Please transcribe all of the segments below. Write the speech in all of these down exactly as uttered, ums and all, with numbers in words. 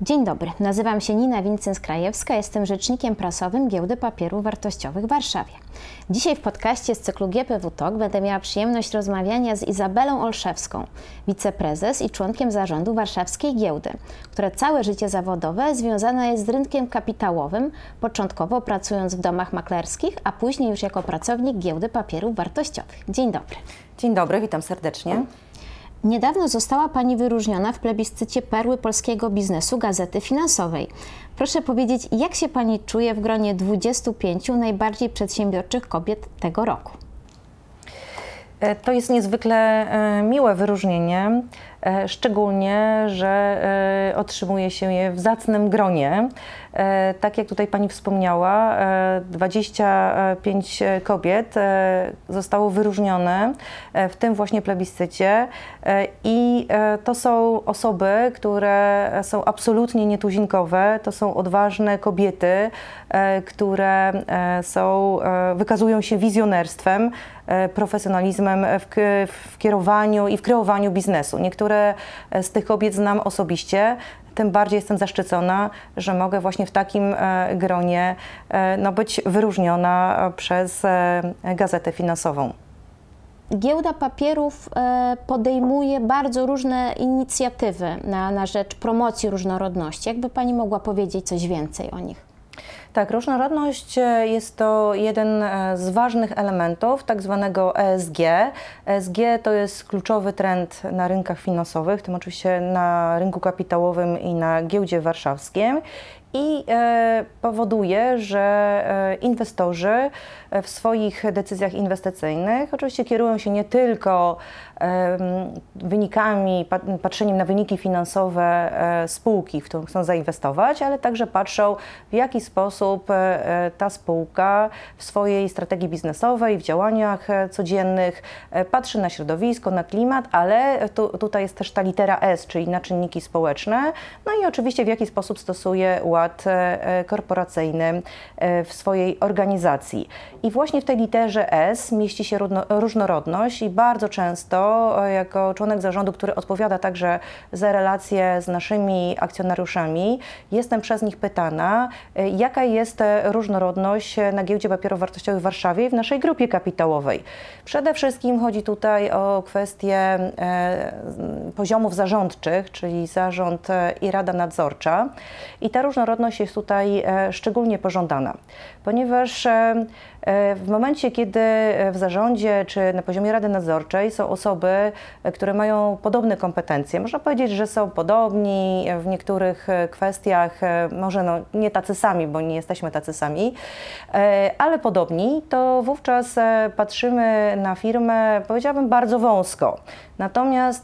Dzień dobry, nazywam się Nina Wincens-Krajewska, jestem rzecznikiem prasowym Giełdy Papierów Wartościowych w Warszawie. Dzisiaj w podcaście z cyklu G P W Talk będę miała przyjemność rozmawiania z Izabelą Olszewską, wiceprezes i członkiem zarządu Warszawskiej Giełdy, która całe życie zawodowe związana jest z rynkiem kapitałowym, początkowo pracując w domach maklerskich, a później już jako pracownik Giełdy Papierów Wartościowych. Dzień dobry. Dzień dobry, witam serdecznie. Niedawno została Pani wyróżniona w plebiscycie Perły Polskiego Biznesu Gazety Finansowej. Proszę powiedzieć, jak się Pani czuje w gronie dwudziestu pięciu najbardziej przedsiębiorczych kobiet tego roku? To jest niezwykle miłe wyróżnienie, szczególnie, że otrzymuje się je w zacnym gronie. Tak jak tutaj Pani wspomniała, dwadzieścia pięć kobiet zostało wyróżnione w tym właśnie plebiscycie i to są osoby, które są absolutnie nietuzinkowe, to są odważne kobiety, które są, wykazują się wizjonerstwem, profesjonalizmem w, w kierowaniu i w kreowaniu biznesu. Niektóre z tych kobiet znam osobiście, tym bardziej jestem zaszczycona, że mogę właśnie w takim gronie no, być wyróżniona przez Gazetę Finansową. Giełda Papierów podejmuje bardzo różne inicjatywy na, na rzecz promocji różnorodności. Jakby Pani mogła powiedzieć coś więcej o nich? Tak, różnorodność jest to jeden z ważnych elementów tak zwanego E S G. E S G to jest kluczowy trend na rynkach finansowych, w tym oczywiście na rynku kapitałowym i na giełdzie warszawskiej. I e, powoduje, że e, inwestorzy w swoich decyzjach inwestycyjnych oczywiście kierują się nie tylko e, wynikami, patrzeniem na wyniki finansowe e, spółki, w którą chcą zainwestować, ale także patrzą, w jaki sposób e, ta spółka w swojej strategii biznesowej, w działaniach e, codziennych e, patrzy na środowisko, na klimat, ale tu, tutaj jest też ta litera S, czyli na czynniki społeczne, no i oczywiście w jaki sposób stosuje ład korporacyjny w swojej organizacji. I właśnie w tej literze S mieści się różnorodność i bardzo często jako członek zarządu, który odpowiada także za relacje z naszymi akcjonariuszami, jestem przez nich pytana, jaka jest różnorodność na Giełdzie Papierów Wartościowych w Warszawie i w naszej grupie kapitałowej. Przede wszystkim chodzi tutaj o kwestię poziomów zarządczych, czyli zarząd i rada nadzorcza. I ta różnorodność jest tutaj szczególnie pożądana, ponieważ w momencie, kiedy w zarządzie czy na poziomie Rady Nadzorczej są osoby, które mają podobne kompetencje, można powiedzieć, że są podobni w niektórych kwestiach, może no, nie tacy sami, bo nie jesteśmy tacy sami, ale podobni, to wówczas patrzymy na firmę, powiedziałabym, bardzo wąsko. Natomiast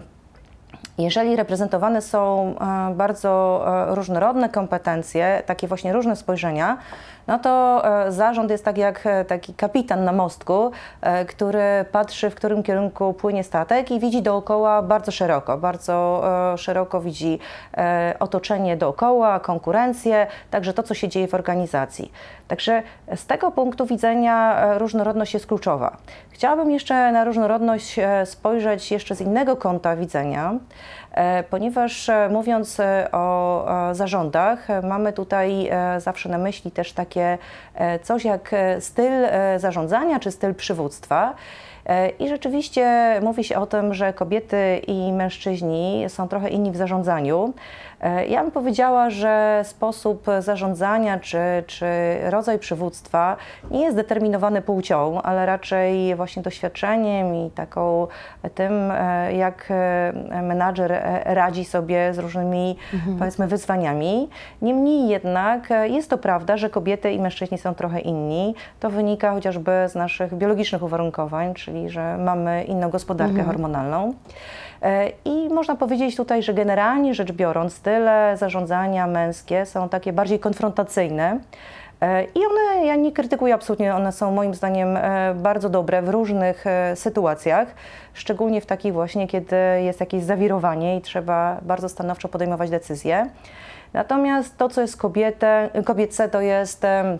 jeżeli reprezentowane są bardzo różnorodne kompetencje, takie właśnie różne spojrzenia, no to zarząd jest tak jak taki kapitan na mostku, który patrzy, w którym kierunku płynie statek i widzi dookoła bardzo szeroko, bardzo szeroko widzi otoczenie dookoła, konkurencję, także to, co się dzieje w organizacji. Także z tego punktu widzenia różnorodność jest kluczowa. Chciałabym jeszcze na różnorodność spojrzeć jeszcze z innego kąta widzenia, ponieważ mówiąc o zarządach, mamy tutaj zawsze na myśli też takie coś jak styl zarządzania czy styl przywództwa. I rzeczywiście mówi się o tym, że kobiety i mężczyźni są trochę inni w zarządzaniu. Ja bym powiedziała, że sposób zarządzania czy, czy rodzaj przywództwa nie jest determinowany płcią, ale raczej właśnie doświadczeniem i taką tym, jak menadżer radzi sobie z różnymi, mhm. powiedzmy, wyzwaniami. Niemniej jednak jest to prawda, że kobiety i mężczyźni są trochę inni. To wynika chociażby z naszych biologicznych uwarunkowań, czyli że mamy inną gospodarkę mhm. hormonalną. I można powiedzieć tutaj, że generalnie rzecz biorąc, style zarządzania męskie są takie bardziej konfrontacyjne. I one, ja nie krytykuję absolutnie, one są moim zdaniem bardzo dobre w różnych sytuacjach, szczególnie w takich właśnie, kiedy jest jakieś zawirowanie i trzeba bardzo stanowczo podejmować decyzje. Natomiast to, co jest kobietę, kobiece, to jest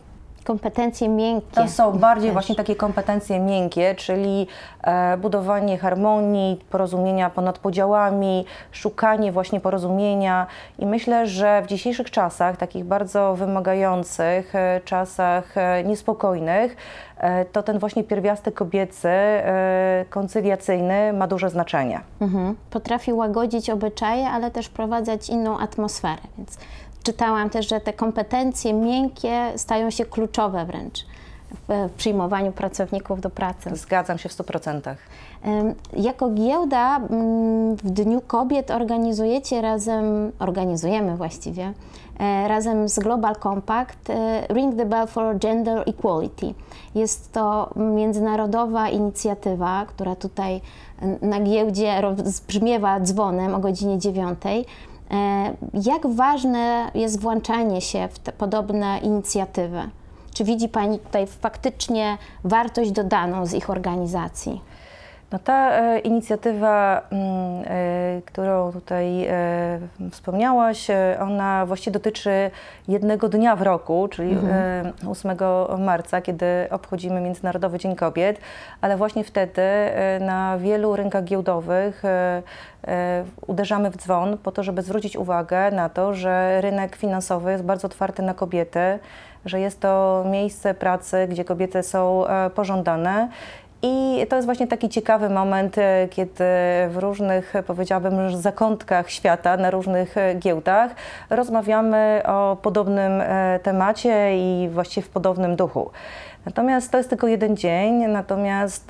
kompetencje miękkie. To są bardziej też. właśnie takie kompetencje miękkie, czyli e, budowanie harmonii, porozumienia ponad podziałami, szukanie właśnie porozumienia i myślę, że w dzisiejszych czasach, takich bardzo wymagających, e, czasach e, niespokojnych, e, to ten właśnie pierwiastek kobiecy, e, koncyliacyjny ma duże znaczenie. Mhm. Potrafi łagodzić obyczaje, ale też wprowadzać inną atmosferę, więc czytałam też, że te kompetencje miękkie stają się kluczowe wręcz w przyjmowaniu pracowników do pracy. Zgadzam się w stu procentach. Jako giełda w Dniu Kobiet organizujecie razem, organizujemy właściwie, razem z Global Compact Ring the Bell for Gender Equality. Jest to międzynarodowa inicjatywa, która tutaj na giełdzie brzmiewa dzwonem o godzinie dziewiątej. Jak ważne jest włączanie się w te podobne inicjatywy? Czy widzi Pani tutaj faktycznie wartość dodaną z ich organizacji? No ta e, inicjatywa, m, e, którą tutaj e, wspomniałaś, e, ona właściwie dotyczy jednego dnia w roku, czyli mhm. e, ósmego marca, kiedy obchodzimy Międzynarodowy Dzień Kobiet, ale właśnie wtedy e, na wielu rynkach giełdowych e, e, uderzamy w dzwon po to, żeby zwrócić uwagę na to, że rynek finansowy jest bardzo otwarty na kobiety, że jest to miejsce pracy, gdzie kobiety są e, pożądane. I to jest właśnie taki ciekawy moment, kiedy w różnych, powiedziałabym, zakątkach świata, na różnych giełdach rozmawiamy o podobnym temacie i właściwie w podobnym duchu. Natomiast to jest tylko jeden dzień, natomiast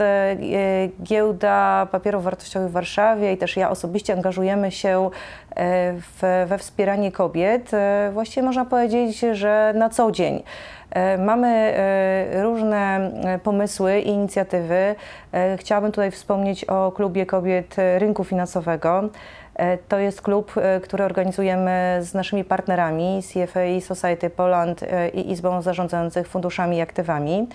Giełda Papierów Wartościowych w Warszawie i też ja osobiście angażujemy się w, we wspieranie kobiet, właściwie można powiedzieć, że na co dzień. Mamy różne pomysły i inicjatywy. Chciałabym tutaj wspomnieć o Klubie Kobiet Rynku Finansowego. To jest klub, który organizujemy z naszymi partnerami C F A Society Poland i Izbą Zarządzających Funduszami i Aktywami.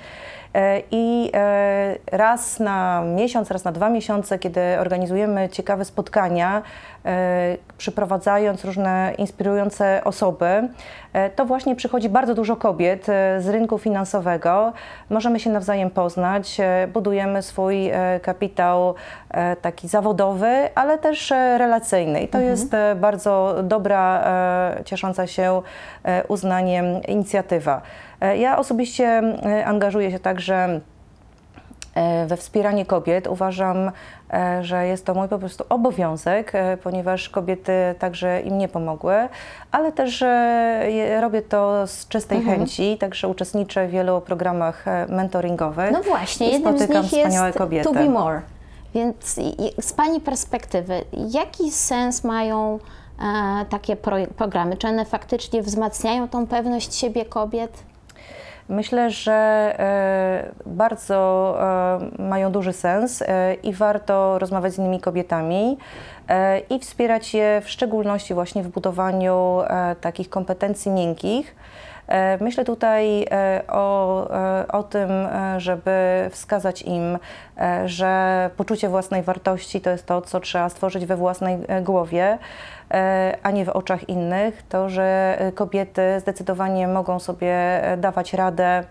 I raz na miesiąc, raz na dwa miesiące, kiedy organizujemy ciekawe spotkania, przyprowadzając różne inspirujące osoby, to właśnie przychodzi bardzo dużo kobiet z rynku finansowego. Możemy się nawzajem poznać, budujemy swój kapitał taki zawodowy, ale też relacyjny. I to mhm. jest bardzo dobra, ciesząca się uznaniem inicjatywa. Ja osobiście angażuję się także we wspieranie kobiet. Uważam, że jest to mój po prostu obowiązek, ponieważ kobiety także im nie pomogły, ale też robię to z czystej mhm. chęci, także uczestniczę w wielu programach mentoringowych. No właśnie, jednym z nich jest kobiety. To Be More. Więc z Pani perspektywy, jaki sens mają e, takie pro, programy? Czy one faktycznie wzmacniają tą pewność siebie kobiet? Myślę, że e, bardzo e, mają duży sens e, i warto rozmawiać z innymi kobietami e, i wspierać je w szczególności właśnie w budowaniu e, takich kompetencji miękkich. E, myślę tutaj e, o, e, o tym, e, żeby wskazać im, e, że poczucie własnej wartości to jest to, co trzeba stworzyć we własnej e, głowie, a nie w oczach innych, to, że kobiety zdecydowanie mogą sobie dawać radę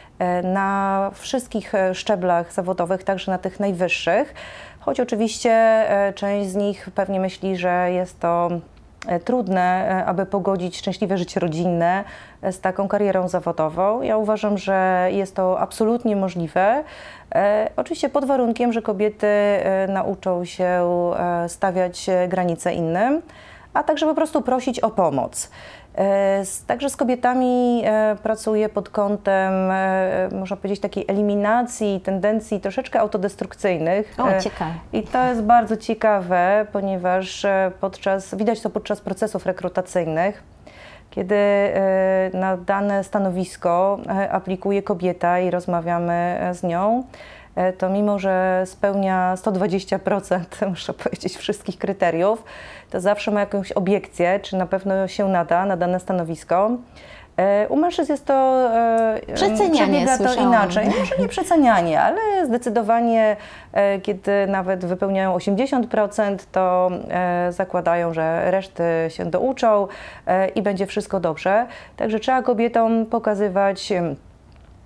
na wszystkich szczeblach zawodowych, także na tych najwyższych, choć oczywiście część z nich pewnie myśli, że jest to trudne, aby pogodzić szczęśliwe życie rodzinne z taką karierą zawodową. Ja uważam, że jest to absolutnie możliwe. E, oczywiście pod warunkiem, że kobiety e, nauczą się e, stawiać granice innym, a także po prostu prosić o pomoc. E, z, także z kobietami e, pracuję pod kątem, e, można powiedzieć, takiej eliminacji tendencji troszeczkę autodestrukcyjnych. O, ciekawe. E, I to jest bardzo ciekawe, ponieważ e, podczas, widać to podczas procesów rekrutacyjnych, kiedy e, na dane stanowisko e, aplikuje kobieta i rozmawiamy z nią, to mimo, że spełnia sto dwadzieścia procent, muszę powiedzieć, wszystkich kryteriów, to zawsze ma jakąś obiekcję, czy na pewno się nada na dane stanowisko. U mężczyzn jest to przecenianie, to słyszałam. inaczej. Może nie przecenianie, ale zdecydowanie, kiedy nawet wypełniają osiemdziesiąt procent, to zakładają, że reszty się douczą i będzie wszystko dobrze. Także trzeba kobietom pokazywać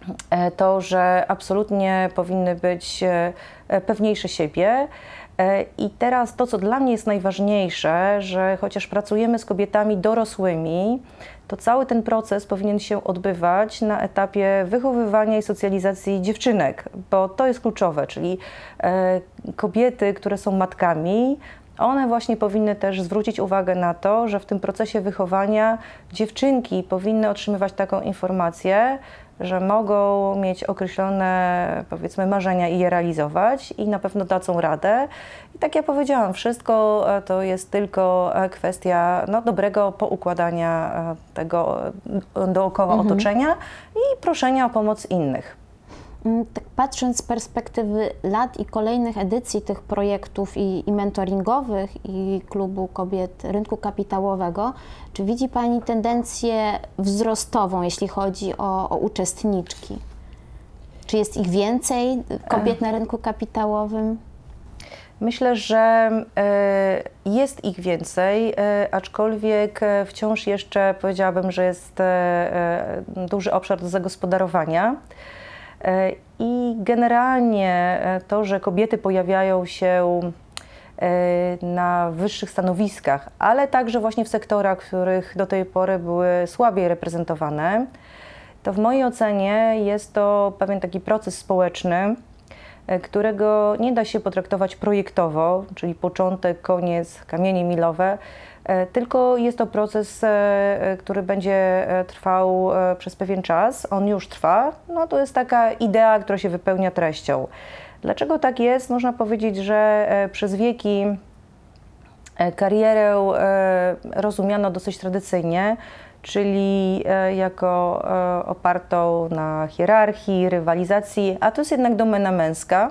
to, że absolutnie powinny być pewniejsze siebie. I teraz to, co dla mnie jest najważniejsze, że chociaż pracujemy z kobietami dorosłymi, to cały ten proces powinien się odbywać na etapie wychowywania i socjalizacji dziewczynek, bo to jest kluczowe, czyli kobiety, które są matkami, one właśnie powinny też zwrócić uwagę na to, że w tym procesie wychowania dziewczynki powinny otrzymywać taką informację, że mogą mieć określone, powiedzmy, marzenia i je realizować i na pewno dadzą radę. I tak jak powiedziałam, wszystko to jest tylko kwestia no, dobrego poukładania tego dookoła mhm. otoczenia i proszenia o pomoc innych. Tak patrząc z perspektywy lat i kolejnych edycji tych projektów i, i mentoringowych i Klubu Kobiet Rynku Kapitałowego, czy widzi Pani tendencję wzrostową, jeśli chodzi o, o uczestniczki? Czy jest ich więcej kobiet na rynku kapitałowym? Myślę, że y, jest ich więcej, y, aczkolwiek wciąż jeszcze powiedziałabym, że jest y, y, duży obszar do zagospodarowania. I generalnie to, że kobiety pojawiają się na wyższych stanowiskach, ale także właśnie w sektorach, w których do tej pory były słabiej reprezentowane, to w mojej ocenie jest to pewien taki proces społeczny, którego nie da się potraktować projektowo, czyli początek, koniec, kamienie milowe, tylko jest to proces, który będzie trwał przez pewien czas. On już trwa. No to jest taka idea, która się wypełnia treścią. Dlaczego tak jest? Można powiedzieć, że przez wieki karierę rozumiano dosyć tradycyjnie, czyli jako opartą na hierarchii, rywalizacji, a to jest jednak domena męska.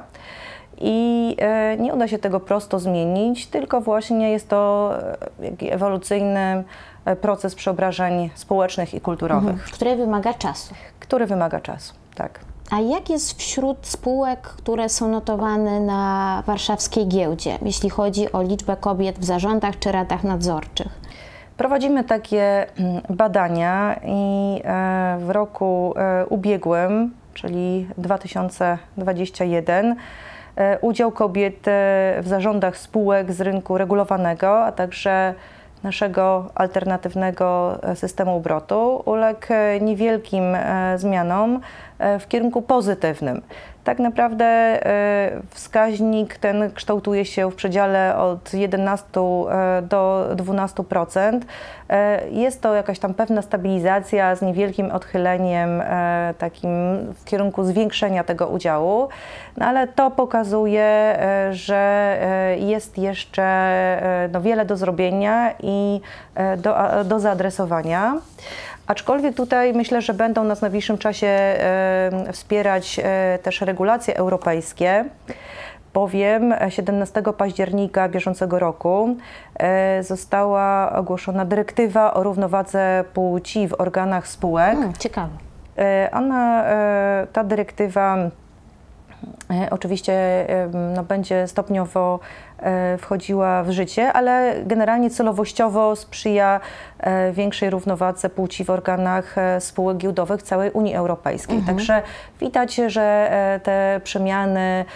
I nie uda się tego prosto zmienić, tylko właśnie jest to ewolucyjny proces przeobrażeń społecznych i kulturowych. Mhm. Który wymaga czasu. Który wymaga czasu, tak. A jak jest wśród spółek, które są notowane na warszawskiej giełdzie, jeśli chodzi o liczbę kobiet w zarządach czy radach nadzorczych? Prowadzimy takie badania i w roku ubiegłym, czyli dwa tysiące dwudziestym pierwszym, udział kobiet w zarządach spółek z rynku regulowanego, a także naszego alternatywnego systemu obrotu uległ niewielkim zmianom w kierunku pozytywnym. Tak naprawdę wskaźnik ten kształtuje się w przedziale od jedenastu do dwunastu procent. Jest to jakaś tam pewna stabilizacja z niewielkim odchyleniem takim w kierunku zwiększenia tego udziału, no ale to pokazuje, że jest jeszcze no, wiele do zrobienia i do, do zaadresowania. Aczkolwiek tutaj myślę, że będą nas w najbliższym czasie e, wspierać e, też regulacje europejskie, bowiem siedemnastego października bieżącego roku e, została ogłoszona dyrektywa o równowadze płci w organach spółek. Hmm, ciekawe. E, ona, e, ta dyrektywa e, oczywiście e, no, będzie stopniowo wchodziła w życie, ale generalnie celowościowo sprzyja większej równowadze płci w organach spółek giełdowych całej Unii Europejskiej. Mhm. Także widać, że te przemiany,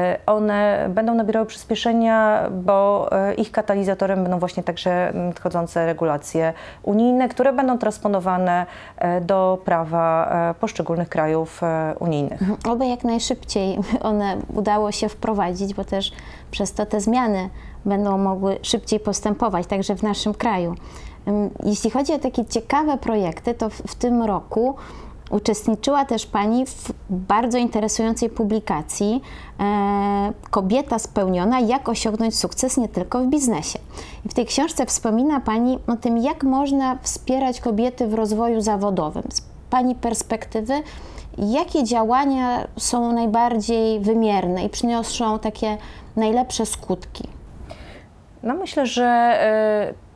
one będą nabierały przyspieszenia, bo ich katalizatorem będą właśnie także nadchodzące regulacje unijne, które będą transponowane do prawa poszczególnych krajów unijnych. Mhm. Oby jak najszybciej one udało się wprowadzić, bo też przez to te zmiany będą mogły szybciej postępować, także w naszym kraju. Jeśli chodzi o takie ciekawe projekty, to w, w tym roku uczestniczyła też Pani w bardzo interesującej publikacji e, Kobieta spełniona, jak osiągnąć sukces nie tylko w biznesie. I w tej książce wspomina Pani o tym, jak można wspierać kobiety w rozwoju zawodowym. Z Pani perspektywy, jakie działania są najbardziej wymierne i przyniosą takie najlepsze skutki? No myślę, że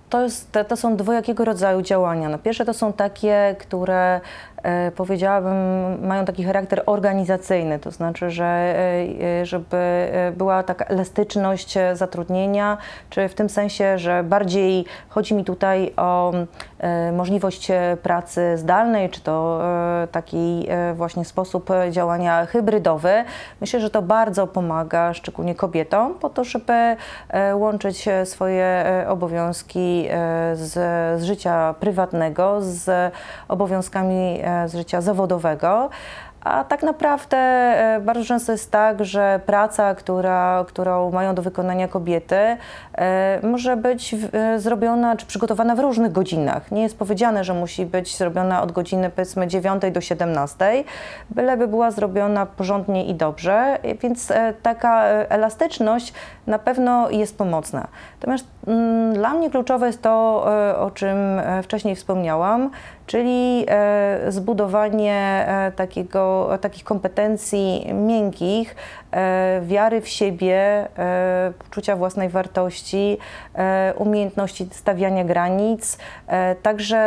To, jest, to są dwojakiego rodzaju działania. No, pierwsze to są takie, które e, powiedziałabym mają taki charakter organizacyjny, to znaczy, że e, żeby była taka elastyczność zatrudnienia, czy w tym sensie, że bardziej chodzi mi tutaj o e, możliwość pracy zdalnej, czy to e, taki e, właśnie sposób działania hybrydowy. Myślę, że to bardzo pomaga szczególnie kobietom po to, żeby e, łączyć swoje obowiązki Z, z życia prywatnego, z obowiązkami z życia zawodowego. A tak naprawdę bardzo często jest tak, że praca, która, którą mają do wykonania kobiety, może być zrobiona czy przygotowana w różnych godzinach. Nie jest powiedziane, że musi być zrobiona od godziny powiedzmy dziewiątej do siedemnastej, byleby była zrobiona porządnie i dobrze, więc taka elastyczność na pewno jest pomocna. Natomiast mm, dla mnie kluczowe jest to, o czym wcześniej wspomniałam, czyli e, zbudowanie e, takiego, takich kompetencji miękkich, e, wiary w siebie, e, poczucia własnej wartości, e, umiejętności stawiania granic. E, także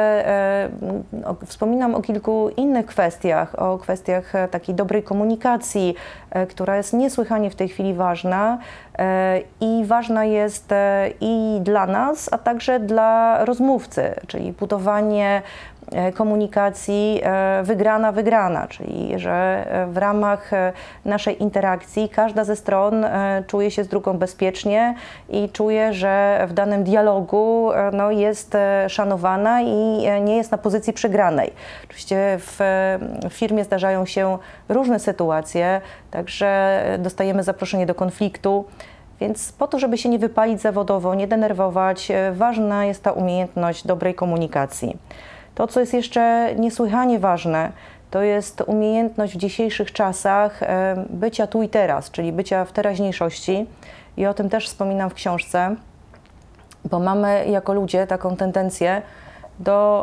e, o, wspominam o kilku innych kwestiach, o kwestiach e, takiej dobrej komunikacji, e, która jest niesłychanie w tej chwili ważna e, i ważna jest e, i dla nas, a także dla rozmówcy, czyli budowanie komunikacji wygrana, wygrana, czyli że w ramach naszej interakcji każda ze stron czuje się z drugą bezpiecznie i czuje, że w danym dialogu no, jest szanowana i nie jest na pozycji przegranej. Oczywiście w firmie zdarzają się różne sytuacje, także dostajemy zaproszenie do konfliktu. Więc po to, żeby się nie wypalić zawodowo, nie denerwować, ważna jest ta umiejętność dobrej komunikacji. To, co jest jeszcze niesłychanie ważne, to jest umiejętność w dzisiejszych czasach bycia tu i teraz, czyli bycia w teraźniejszości. I o tym też wspominam w książce, bo mamy jako ludzie taką tendencję do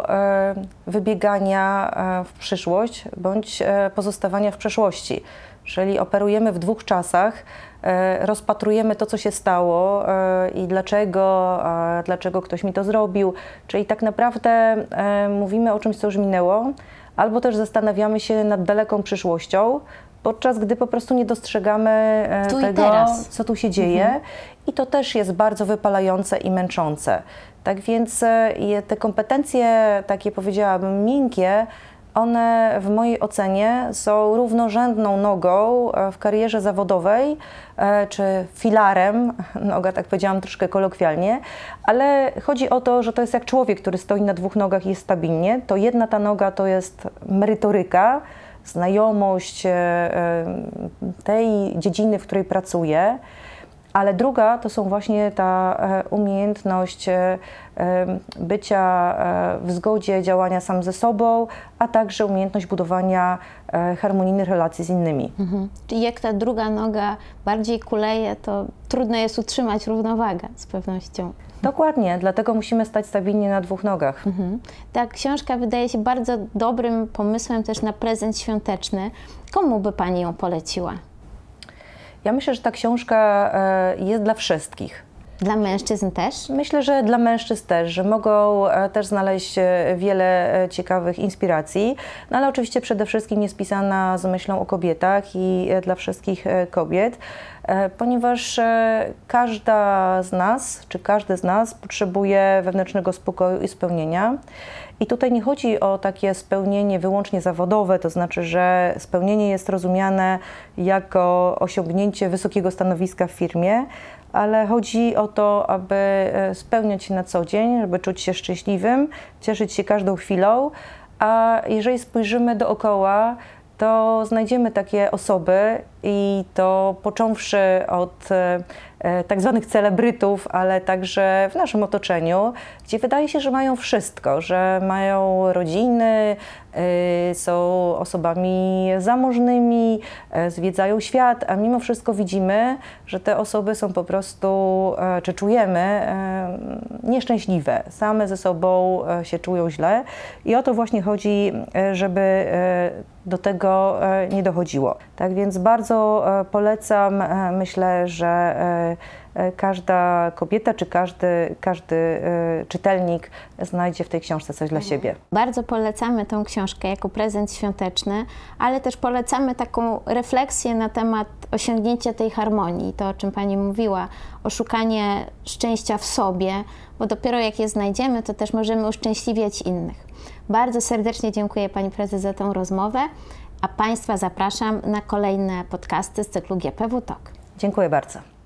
wybiegania w przyszłość bądź pozostawania w przeszłości. Czyli operujemy w dwóch czasach, rozpatrujemy to, co się stało i dlaczego, dlaczego ktoś mi to zrobił. Czyli tak naprawdę mówimy o czymś, co już minęło, albo też zastanawiamy się nad daleką przyszłością, podczas gdy po prostu nie dostrzegamy tu tego, co tu się dzieje. Mhm. I to też jest bardzo wypalające i męczące. Tak więc te kompetencje, takie powiedziałabym, miękkie, one w mojej ocenie są równorzędną nogą w karierze zawodowej, czy filarem, noga tak powiedziałam troszkę kolokwialnie, ale chodzi o to, że to jest jak człowiek, który stoi na dwóch nogach i jest stabilnie. To jedna ta noga to jest merytoryka, znajomość tej dziedziny, w której pracuję, ale druga to są właśnie ta umiejętność bycia w zgodzie, działania sam ze sobą, a także umiejętność budowania harmonijnych relacji z innymi. Mhm. Czyli jak ta druga noga bardziej kuleje, to trudno jest utrzymać równowagę z pewnością. Dokładnie, dlatego musimy stać stabilnie na dwóch nogach. Mhm. Ta książka wydaje się bardzo dobrym pomysłem też na prezent świąteczny. Komu by Pani ją poleciła? Ja myślę, że ta książka jest dla wszystkich. Dla mężczyzn też? Myślę, że dla mężczyzn też, że mogą też znaleźć wiele ciekawych inspiracji, no ale oczywiście przede wszystkim jest pisana z myślą o kobietach i dla wszystkich kobiet, ponieważ każda z nas, czy każdy z nas potrzebuje wewnętrznego spokoju i spełnienia. I tutaj nie chodzi o takie spełnienie wyłącznie zawodowe, to znaczy, że spełnienie jest rozumiane jako osiągnięcie wysokiego stanowiska w firmie, ale chodzi o to, aby spełniać się na co dzień, żeby czuć się szczęśliwym, cieszyć się każdą chwilą, a jeżeli spojrzymy dookoła, to znajdziemy takie osoby i to począwszy od e, tak zwanych celebrytów, ale także w naszym otoczeniu, gdzie wydaje się, że mają wszystko, że mają rodziny, e, są osobami zamożnymi, e, zwiedzają świat, a mimo wszystko widzimy, że te osoby są po prostu, e, czy czujemy, e, nieszczęśliwe, same ze sobą e, się czują źle i o to właśnie chodzi, e, żeby e, do tego e, nie dochodziło. Tak więc bardzo polecam. Myślę, że każda kobieta czy każdy, każdy czytelnik znajdzie w tej książce coś dla siebie. Bardzo polecamy tą książkę jako prezent świąteczny, ale też polecamy taką refleksję na temat osiągnięcia tej harmonii, to o czym Pani mówiła, o szukanie szczęścia w sobie, bo dopiero jak je znajdziemy, to też możemy uszczęśliwiać innych. Bardzo serdecznie dziękuję Pani Prezes za tą rozmowę, a Państwa zapraszam na kolejne podcasty z cyklu G P W Talk. Dziękuję bardzo.